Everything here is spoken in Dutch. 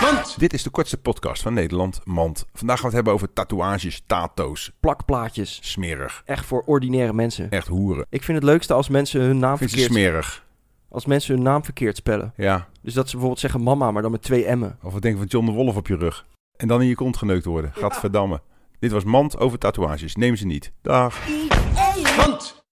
Dit is de kortste podcast van Nederland, Mand. Vandaag gaan we het hebben over tatoeages, tato's. Plakplaatjes. Smerig. Echt voor ordinaire mensen. Echt hoeren. Ik vind het leukste als mensen hun naam Vind je smerig? Als mensen hun naam verkeerd spellen. Ja. Dus dat ze bijvoorbeeld zeggen mama, maar dan met 2 M'en. Of wat denk je van John de Wolf op je rug? En dan in je kont geneukt worden. Gadverdamme. Dit was Mand over tatoeages. Neem ze niet. Dag. Mand.